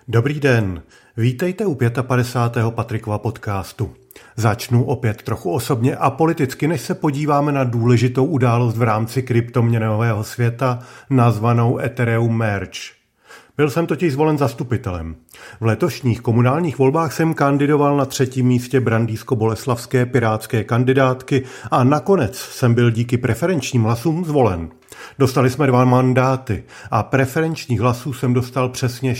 Dobrý den, vítejte u 55. Patrikova podcastu. Začnu opět trochu osobně a politicky, než se podíváme na důležitou událost v rámci kryptoměnového světa nazvanou Ethereum Merge. Byl jsem totiž zvolen zastupitelem. V letošních komunálních volbách jsem kandidoval na 3. místě brandýsko-boleslavské pirátské kandidátky a nakonec jsem byl díky preferenčním hlasům zvolen. Dostali jsme 2 mandáty a preferenčních hlasů jsem dostal přesně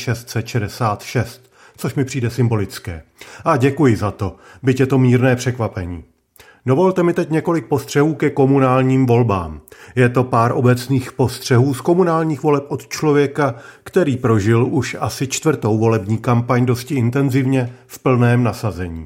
666, což mi přijde symbolické. A děkuji za to, byť je to mírné překvapení. Dovolte mi teď několik postřehů ke komunálním volbám. Je to pár obecných postřehů z komunálních voleb od člověka, který prožil už asi 4. volební kampaň dosti intenzivně v plném nasazení.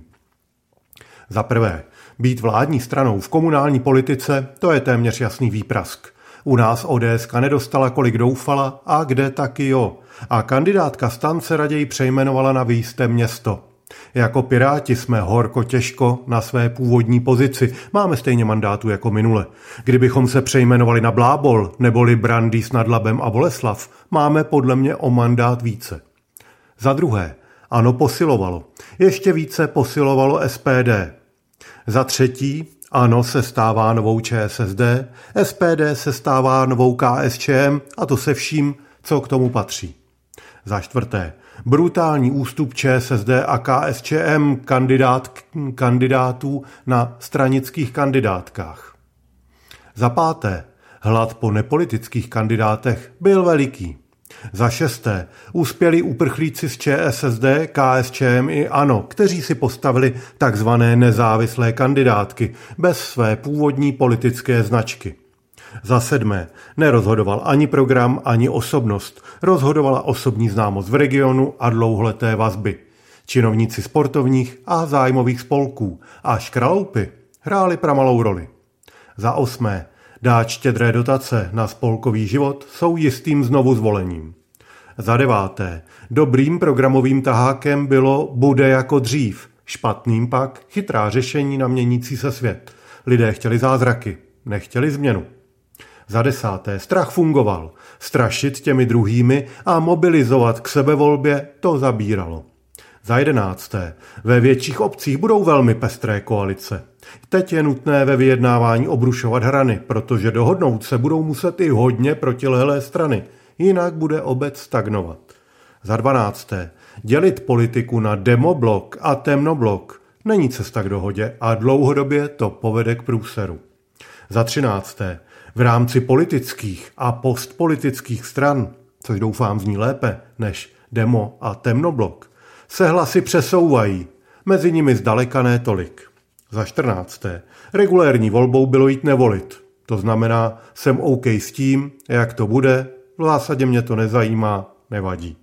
Za prvé, být vládní stranou v komunální politice, to je téměř jasný výprask. U nás ODSka nedostala, kolik doufala, a kde taky jo. A kandidátka STAN se raději přejmenovala na Vyjisté město. Jako Piráti jsme horko těžko na své původní pozici. Máme stejně mandátů jako minule. Kdybychom se přejmenovali na Blábol neboli Brandýs nad Labem a Boleslav, máme podle mě o mandát více. Za druhé, ANO posilovalo. Ještě více posilovalo SPD. Za třetí, ANO se stává novou ČSSD, SPD se stává novou KSČM a to se vším, co k tomu patří. Za čtvrté, brutální ústup ČSSD a KSČM kandidátů na stranických kandidátkách. Za páté, hlad po nepolitických kandidátech byl veliký. Za šesté, uspěli uprchlíci z ČSSD, KSČM i ANO, kteří si postavili takzvané nezávislé kandidátky bez své původní politické značky. Za sedmé, nerozhodoval ani program, ani osobnost. Rozhodovala osobní známost v regionu a dlouholeté vazby. Činovníci sportovních a zájmových spolků a škraloupy hráli pramalou roli. Za osmé, dát štědré dotace na spolkový život jsou jistým znovu zvolením. Za deváté, dobrým programovým tahákem bylo bude jako dřív, špatným pak chytrá řešení na měnící se svět. Lidé chtěli zázraky, nechtěli změnu. Za desáté, strach fungoval. Strašit těmi druhými a mobilizovat k sebevolbě to zabíralo. Za 11. Ve větších obcích budou velmi pestré koalice. Teď je nutné ve vyjednávání obrušovat hrany, protože dohodnout se budou muset i hodně protilehlé strany, jinak bude obec stagnovat. Za 12. Dělit politiku na demoblok a temnoblok není cesta k dohodě a dlouhodobě to povede k průseru. Za 13. V rámci politických a postpolitických stran, což doufám zní lépe než demo a temnoblok, se hlasy přesouvají, mezi nimi zdaleka ne tolik. Za 14. Regulérní volbou bylo jít nevolit. To znamená, jsem OK s tím, jak to bude, v zásadě mě to nezajímá, nevadí.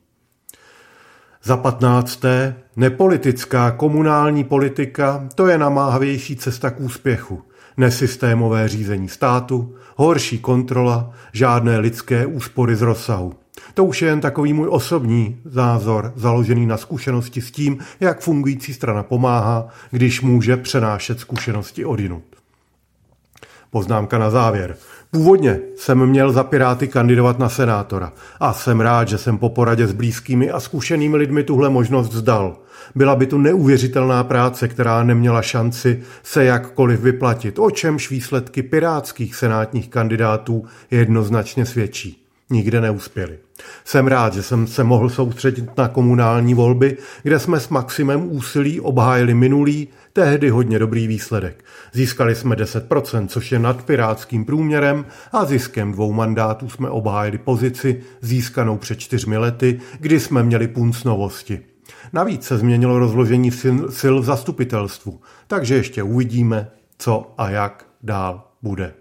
Za 15. Nepolitická komunální politika, to je namáhavější cesta k úspěchu. Nesystémové řízení státu, horší kontrola, žádné lidské úspory z rozsahu. To už je jen takový můj osobní názor, založený na zkušenosti s tím, jak fungující strana pomáhá, když může přenášet zkušenosti odjinud. Poznámka na závěr. Původně jsem měl za Piráty kandidovat na senátora a jsem rád, že jsem po poradě s blízkými a zkušenými lidmi tuhle možnost vzdal. Byla by tu neuvěřitelná práce, která neměla šanci se jakkoliv vyplatit, o čemž výsledky pirátských senátních kandidátů jednoznačně svědčí. Nikde neuspěli. Jsem rád, že jsem se mohl soustředit na komunální volby, kde jsme s maximem úsilí obhájili minulý, tehdy hodně dobrý výsledek. Získali jsme 10%, což je nad pirátským průměrem a ziskem 2 mandátů jsme obhájili pozici získanou před 4 lety, kdy jsme měli punc novosti. Navíc se změnilo rozložení sil v zastupitelstvu, takže ještě uvidíme, co a jak dál bude.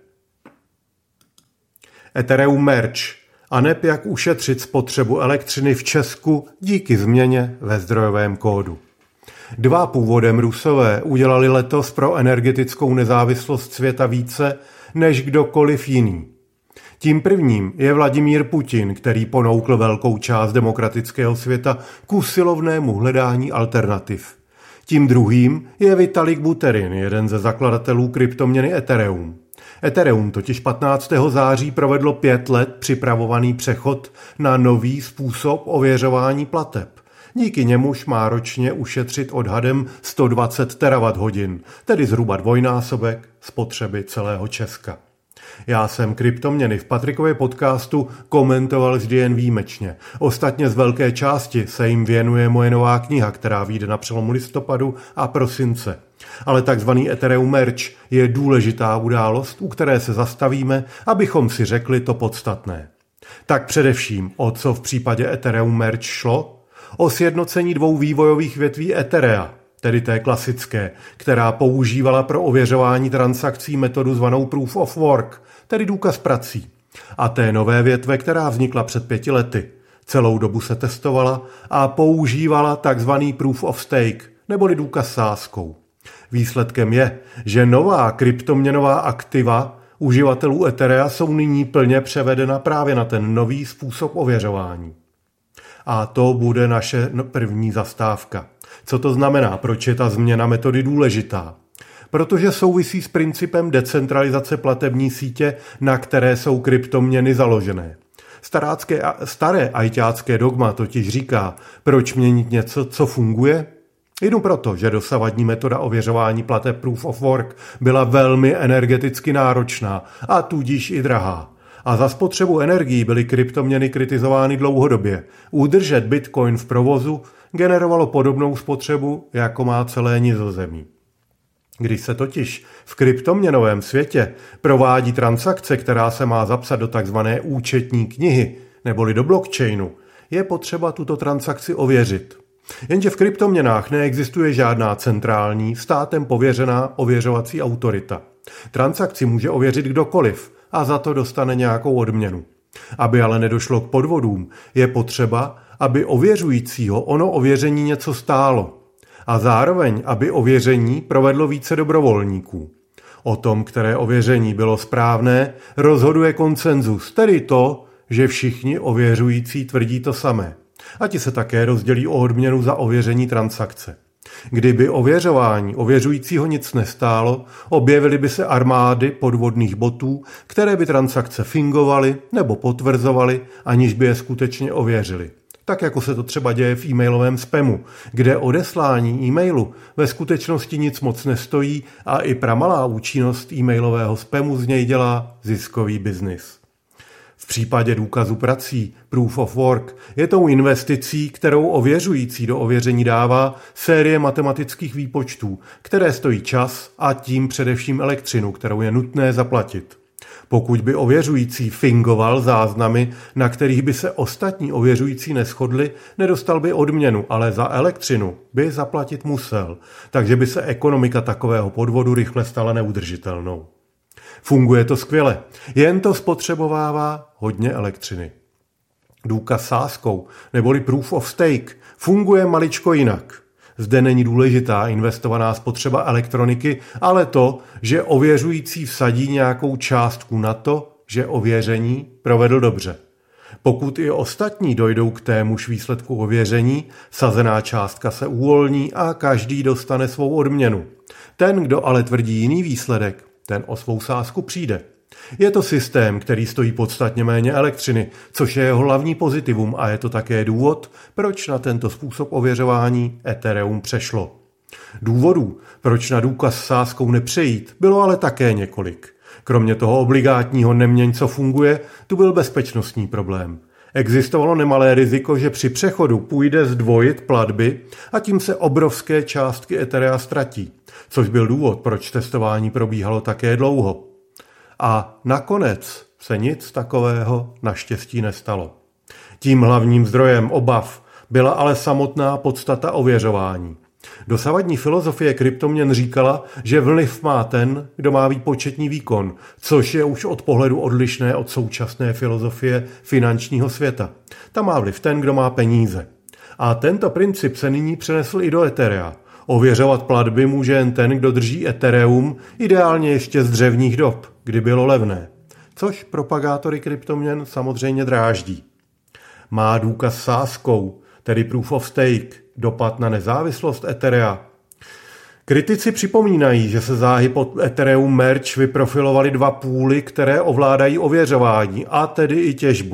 Ethereum Merge. A neb jak ušetřit spotřebu elektřiny v Česku díky změně ve zdrojovém kódu. 2 původem Rusové udělali letos pro energetickou nezávislost světa více než kdokoliv jiný. Tím prvním je Vladimír Putin, který ponoukl velkou část demokratického světa k usilovnému hledání alternativ. Tím druhým je Vitalik Buterin, jeden ze zakladatelů kryptoměny Ethereum. Ethereum totiž 15. září provedlo 5 let připravovaný přechod na nový způsob ověřování plateb. Díky němuž má ročně ušetřit odhadem 120 terawatt-hodin, tedy zhruba dvojnásobek spotřeby celého Česka. Já jsem kryptoměny v Patrikově podcastu komentoval vždy jen výjimečně. Ostatně z velké části se jim věnuje moje nová kniha, která vyjde na přelomu listopadu a prosince. Ale takzvaný Ethereum merge je důležitá událost, u které se zastavíme, abychom si řekli to podstatné. Tak především, o co v případě Ethereum merge šlo? O sjednocení dvou vývojových větví Etherea, tedy té klasické, která používala pro ověřování transakcí metodu zvanou Proof of Work, tedy důkaz prací. A té nové větve, která vznikla před 5 lety. Celou dobu se testovala a používala takzvaný Proof of Stake, neboli důkaz sázkou. Výsledkem je, že nová kryptoměnová aktiva uživatelů Etherea jsou nyní plně převedena právě na ten nový způsob ověřování. A to bude naše první zastávka. Co to znamená? Proč je ta změna metody důležitá? Protože souvisí s principem decentralizace platební sítě, na které jsou kryptoměny založené. Staré ajťácké dogma totiž říká, proč měnit něco, co funguje? Jenom proto, že dosavadní metoda ověřování plateb Proof of Work byla velmi energeticky náročná a tudíž i drahá. A za spotřebu energií byly kryptoměny kritizovány dlouhodobě. Udržet Bitcoin v provozu generovalo podobnou spotřebu, jako má celé Nizozemí. Když se totiž v kryptoměnovém světě provádí transakce, která se má zapsat do tzv. Účetní knihy, neboli do blockchainu, je potřeba tuto transakci ověřit. Jenže v kryptoměnách neexistuje žádná centrální, státem pověřená ověřovací autorita. Transakci může ověřit kdokoliv a za to dostane nějakou odměnu. Aby ale nedošlo k podvodům, je potřeba, aby ověřujícího ono ověření něco stálo. A zároveň, aby ověření provedlo více dobrovolníků. O tom, které ověření bylo správné, rozhoduje konsenzus, tedy to, že všichni ověřující tvrdí to samé. A ti se také rozdělí o odměnu za ověření transakce. Kdyby ověřování ověřujícího nic nestálo, objevily by se armády podvodných botů, které by transakce fingovaly nebo potvrzovaly, aniž by je skutečně ověřili. Tak jako se to třeba děje v e-mailovém spamu, kde odeslání e-mailu ve skutečnosti nic moc nestojí a i pramalá účinnost e-mailového spamu z něj dělá ziskový biznis. V případě důkazu prací Proof of Work je tou investicí, kterou ověřující do ověření dává série matematických výpočtů, které stojí čas a tím především elektřinu, kterou je nutné zaplatit. Pokud by ověřující fingoval záznamy, na kterých by se ostatní ověřující neshodli, nedostal by odměnu, ale za elektřinu by zaplatit musel, takže by se ekonomika takového podvodu rychle stala neudržitelnou. Funguje to skvěle, jen to spotřebovává hodně elektřiny. Důkaz sázkou, neboli Proof of Stake, funguje maličko jinak. Zde není důležitá investovaná spotřeba elektroniky, ale to, že ověřující vsadí nějakou částku na to, že ověření provedl dobře. Pokud i ostatní dojdou k témuž výsledku ověření, sazená částka se uvolní a každý dostane svou odměnu. Ten, kdo ale tvrdí jiný výsledek, ten o svou sázku přijde. Je to systém, který stojí podstatně méně elektřiny, což je jeho hlavní pozitivum a je to také důvod, proč na tento způsob ověřování Ethereum přešlo. Důvodů, proč na důkaz s sázkou nepřejít, bylo ale také několik. Kromě toho obligátního neměň, co funguje, tu byl bezpečnostní problém. Existovalo nemalé riziko, že při přechodu půjde zdvojit platby a tím se obrovské částky Etherea ztratí, což byl důvod, proč testování probíhalo také dlouho. A nakonec se nic takového naštěstí nestalo. Tím hlavním zdrojem obav byla ale samotná podstata ověřování. Dosavadní filozofie kryptoměn říkala, že vliv má ten, kdo má výpočetní výkon, což je už od pohledu odlišné od současné filozofie finančního světa. Tam má vliv ten, kdo má peníze. A tento princip se nyní přenesl i do Etherea. Ověřovat platby může jen ten, kdo drží Ethereum, ideálně ještě z dřevních dob, kdy bylo levné. Což propagátory kryptoměn samozřejmě dráždí. Má důkaz sázkou, tedy Proof of Stake, dopad na nezávislost Etherea? Kritici připomínají, že se záhy pod Ethereum merge vyprofilovaly dva půly, které ovládají ověřování, a tedy i těžbu.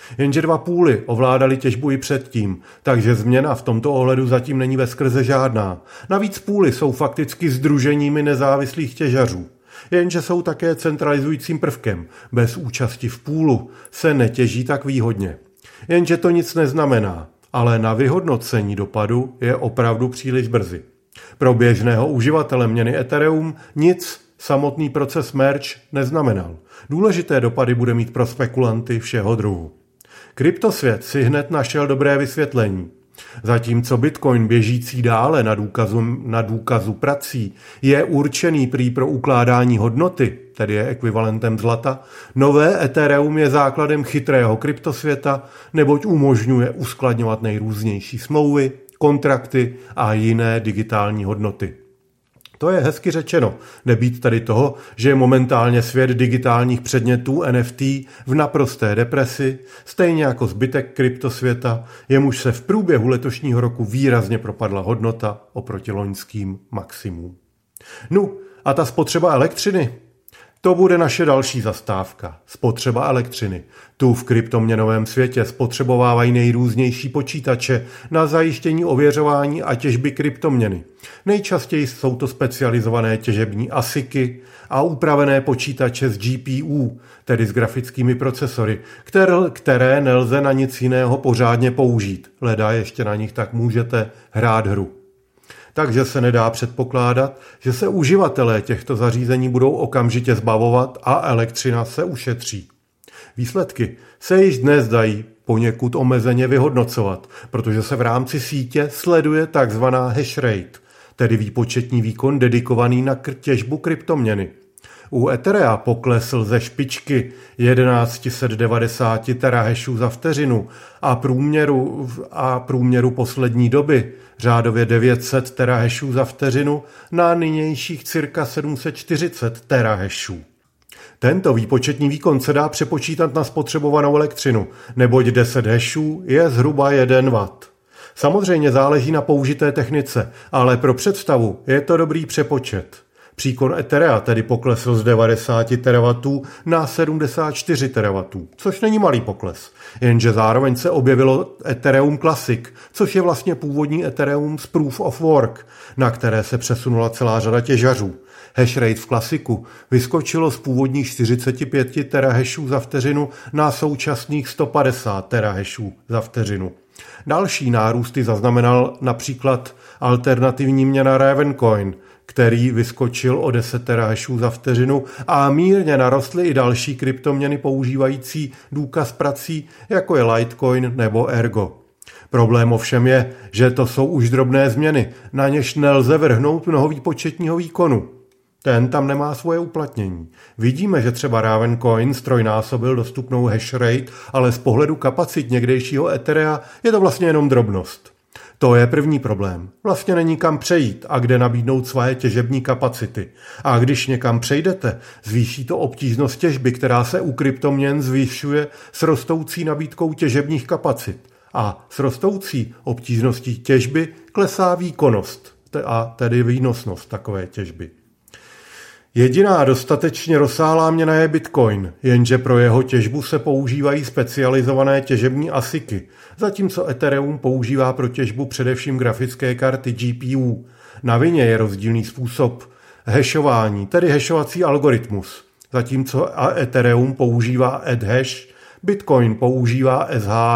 Jenže 2 půly ovládaly těžbu i předtím, takže změna v tomto ohledu zatím není veskrze žádná. Navíc půly jsou fakticky sdruženími nezávislých těžařů. Jenže jsou také centralizujícím prvkem. Bez účasti v půlu se netěží tak výhodně. Jenže to nic neznamená, ale na vyhodnocení dopadu je opravdu příliš brzy. Pro běžného uživatele měny Ethereum nic samotný proces merge neznamenal. Důležité dopady bude mít pro spekulanty všeho druhu. Kryptosvět si hned našel dobré vysvětlení. Zatímco Bitcoin běžící dále na důkazu prací je určený prý pro ukládání hodnoty, tedy je ekvivalentem zlata, nové Ethereum je základem chytrého kryptosvěta, neboť umožňuje uskladňovat nejrůznější smlouvy, kontrakty a jiné digitální hodnoty. To je hezky řečeno, nebýt tady toho, že je momentálně svět digitálních předmětů NFT v naprosté depresi, stejně jako zbytek kryptosvěta, jemuž se v průběhu letošního roku výrazně propadla hodnota oproti loňským maximům. No a ta spotřeba elektřiny? To bude naše další zastávka. Spotřeba elektřiny. Tu v kryptoměnovém světě spotřebovávají nejrůznější počítače na zajištění ověřování a těžby kryptoměny. Nejčastěji jsou to specializované těžební ASICy a upravené počítače s GPU, tedy s grafickými procesory, které nelze na nic jiného pořádně použít. Leda ještě na nich tak můžete hrát hru. Takže se nedá předpokládat, že se uživatelé těchto zařízení budou okamžitě zbavovat a elektřina se ušetří. Výsledky se již dnes dají poněkud omezeně vyhodnocovat, protože se v rámci sítě sleduje tzv. Hash rate, tedy výpočetní výkon dedikovaný na těžbu kryptoměny. U Etherea poklesl ze špičky 1190 terahashů za vteřinu a průměru poslední doby řádově 900 terahashů za vteřinu na nynějších cirka 740 terahashů. Tento výpočetní výkon se dá přepočítat na spotřebovanou elektřinu, neboť 10 hashů je zhruba 1 W. Samozřejmě záleží na použité technice, ale pro představu je to dobrý přepočet. Příkon Etherea tedy poklesl z 90 terawatů na 74 terawatů, což není malý pokles. Jenže zároveň se objevilo Ethereum Classic, což je vlastně původní Ethereum z Proof of Work, na které se přesunula celá řada těžařů. Hashrate v Classicu vyskočilo z původních 45 terahashů za vteřinu na současných 150 terahashů za vteřinu. Další nárůsty zaznamenal například alternativní měna Ravencoin, který vyskočil o 10 terahashů za vteřinu a mírně narostly i další kryptoměny používající důkaz prací, jako je Litecoin nebo Ergo. Problém ovšem je, že to jsou už drobné změny, na něž nelze vrhnout mnoho výpočetního výkonu. Ten tam nemá svoje uplatnění. Vidíme, že třeba Ravencoin ztrojnásobil dostupnou hash rate, ale z pohledu kapacit někdejšího Etherea je to vlastně jenom drobnost. To je první problém. Vlastně není kam přejít a kde nabídnout své těžební kapacity. A když někam přejdete, zvýší to obtížnost těžby, která se u kryptoměn zvyšuje s rostoucí nabídkou těžebních kapacit. A s rostoucí obtížností těžby klesá výkonnost, a tedy výnosnost takové těžby. Jediná dostatečně rozsáhlá měna je Bitcoin, jenže pro jeho těžbu se používají specializované těžební ASICy, zatímco Ethereum používá pro těžbu především grafické karty GPU. Na vině je rozdílný způsob hashování, tedy hashovací algoritmus. Zatímco Ethereum používá AddHash, Bitcoin používá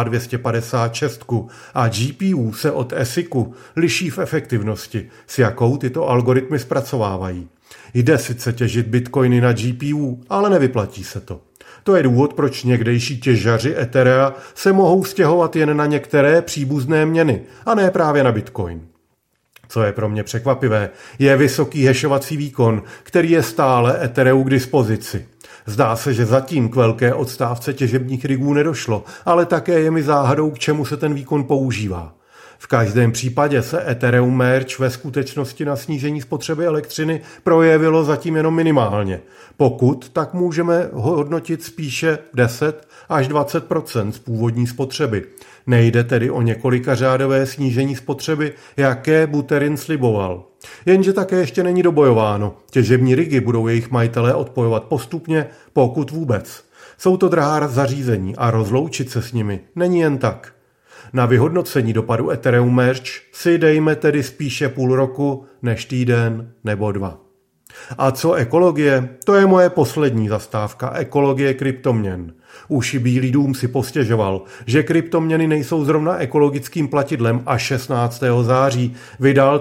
SH256 a GPU se od ASICu liší v efektivnosti, s jakou tyto algoritmy zpracovávají. Jde sice těžit bitcoiny na GPU, ale nevyplatí se to. To je důvod, proč někdejší těžaři Etherea se mohou stěhovat jen na některé příbuzné měny, a ne právě na bitcoin. Co je pro mě překvapivé, je vysoký hashovací výkon, který je stále Ethereu k dispozici. Zdá se, že zatím k velké odstávce těžebních rigů nedošlo, ale také je mi záhadou, k čemu se ten výkon používá. V každém případě se Ethereum Merge ve skutečnosti na snížení spotřeby elektřiny projevilo zatím jenom minimálně. Pokud, tak můžeme hodnotit spíše 10 až 20% z původní spotřeby. Nejde tedy o několikařádové snížení spotřeby, jaké Buterin sliboval. Jenže také ještě není dobojováno. Těžební rigy budou jejich majitelé odpojovat postupně, pokud vůbec. Jsou to drahá zařízení a rozloučit se s nimi není jen tak. Na vyhodnocení dopadu Ethereum Merge si dejme tedy spíše půl roku než týden nebo 2. A co ekologie? To je moje poslední zastávka, ekologie kryptoměn. Už Bílý dům si postěžoval, že kryptoměny nejsou zrovna ekologickým platidlem a 16. září vydal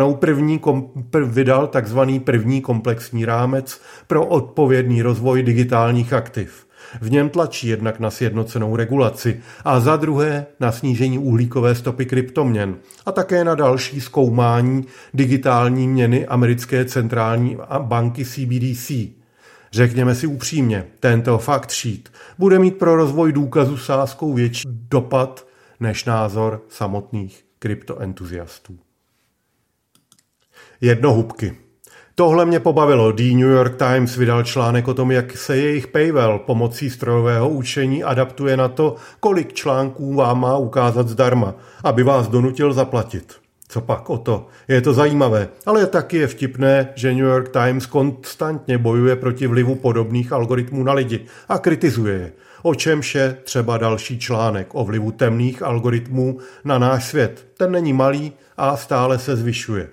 takzvaný první komplexní rámec pro odpovědný rozvoj digitálních aktiv. V něm tlačí jednak na sjednocenou regulaci a za druhé na snížení uhlíkové stopy kryptoměn a také na další zkoumání digitální měny americké centrální banky CBDC. Řekněme si upřímně, tento fact sheet bude mít pro rozvoj důkazu sázkou větší dopad než názor samotných kryptoentuziastů. Jednohubky. Tohle mě pobavilo. The New York Times vydal článek o tom, jak se jejich paywall pomocí strojového učení adaptuje na to, kolik článků vám má ukázat zdarma, aby vás donutil zaplatit. Co pak o to? Je to zajímavé, ale taky je vtipné, že New York Times konstantně bojuje proti vlivu podobných algoritmů na lidi a kritizuje je. O čemž je třeba další článek o vlivu temných algoritmů na náš svět. Ten není malý a stále se zvyšuje.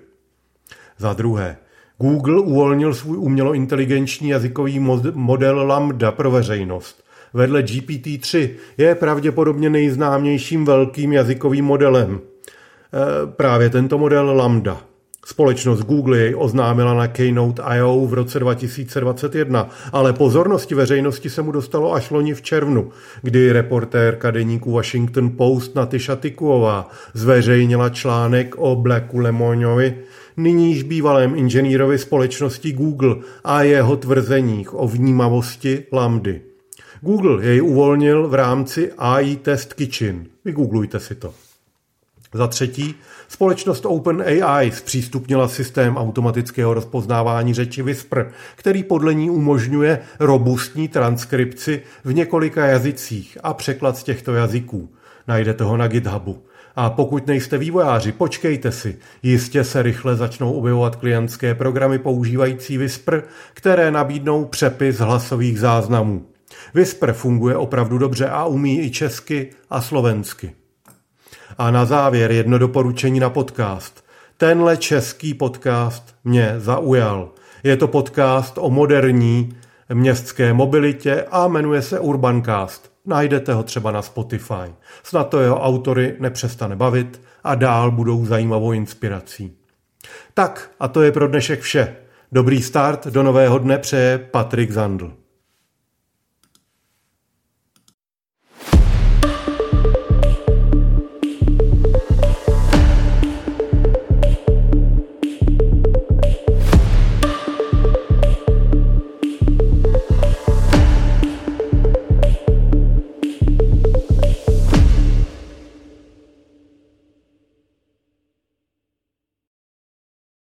Za druhé, Google uvolnil svůj umělointeligenční jazykový model Lambda pro veřejnost. Vedle GPT-3 je pravděpodobně nejznámějším velkým jazykovým modelem. Právě tento model Lambda. Společnost Google jej oznámila na Keynote.io v roce 2021, ale pozornosti veřejnosti se mu dostalo až loni v červnu, kdy reportérka deníku Washington Post Natisha Tikuová zveřejnila článek o Blacku Lemonovi, nyníž bývalém inženýrovi společnosti Google a jeho tvrzeních o vnímavosti Lambdy. Google jej uvolnil v rámci AI Test Kitchen. Vygooglujte si to. Za třetí, společnost OpenAI zpřístupnila systém automatického rozpoznávání řeči Whisper, který podle ní umožňuje robustní transkripci v několika jazycích a překlad z těchto jazyků. Najdete ho na GitHubu. A pokud nejste vývojáři, počkejte si, jistě se rychle začnou objevovat klientské programy používající Whisper, které nabídnou přepis hlasových záznamů. Whisper funguje opravdu dobře a umí i česky a slovensky. A na závěr jedno doporučení na podcast. Tenhle český podcast mě zaujal. Je to podcast o moderní městské mobilitě a jmenuje se Urbancast. Najdete ho třeba na Spotify. Snad to jeho autory nepřestane bavit a dál budou zajímavou inspirací. Tak a to je pro dnešek vše. Dobrý start do nového dne přeje Patrik Zandl.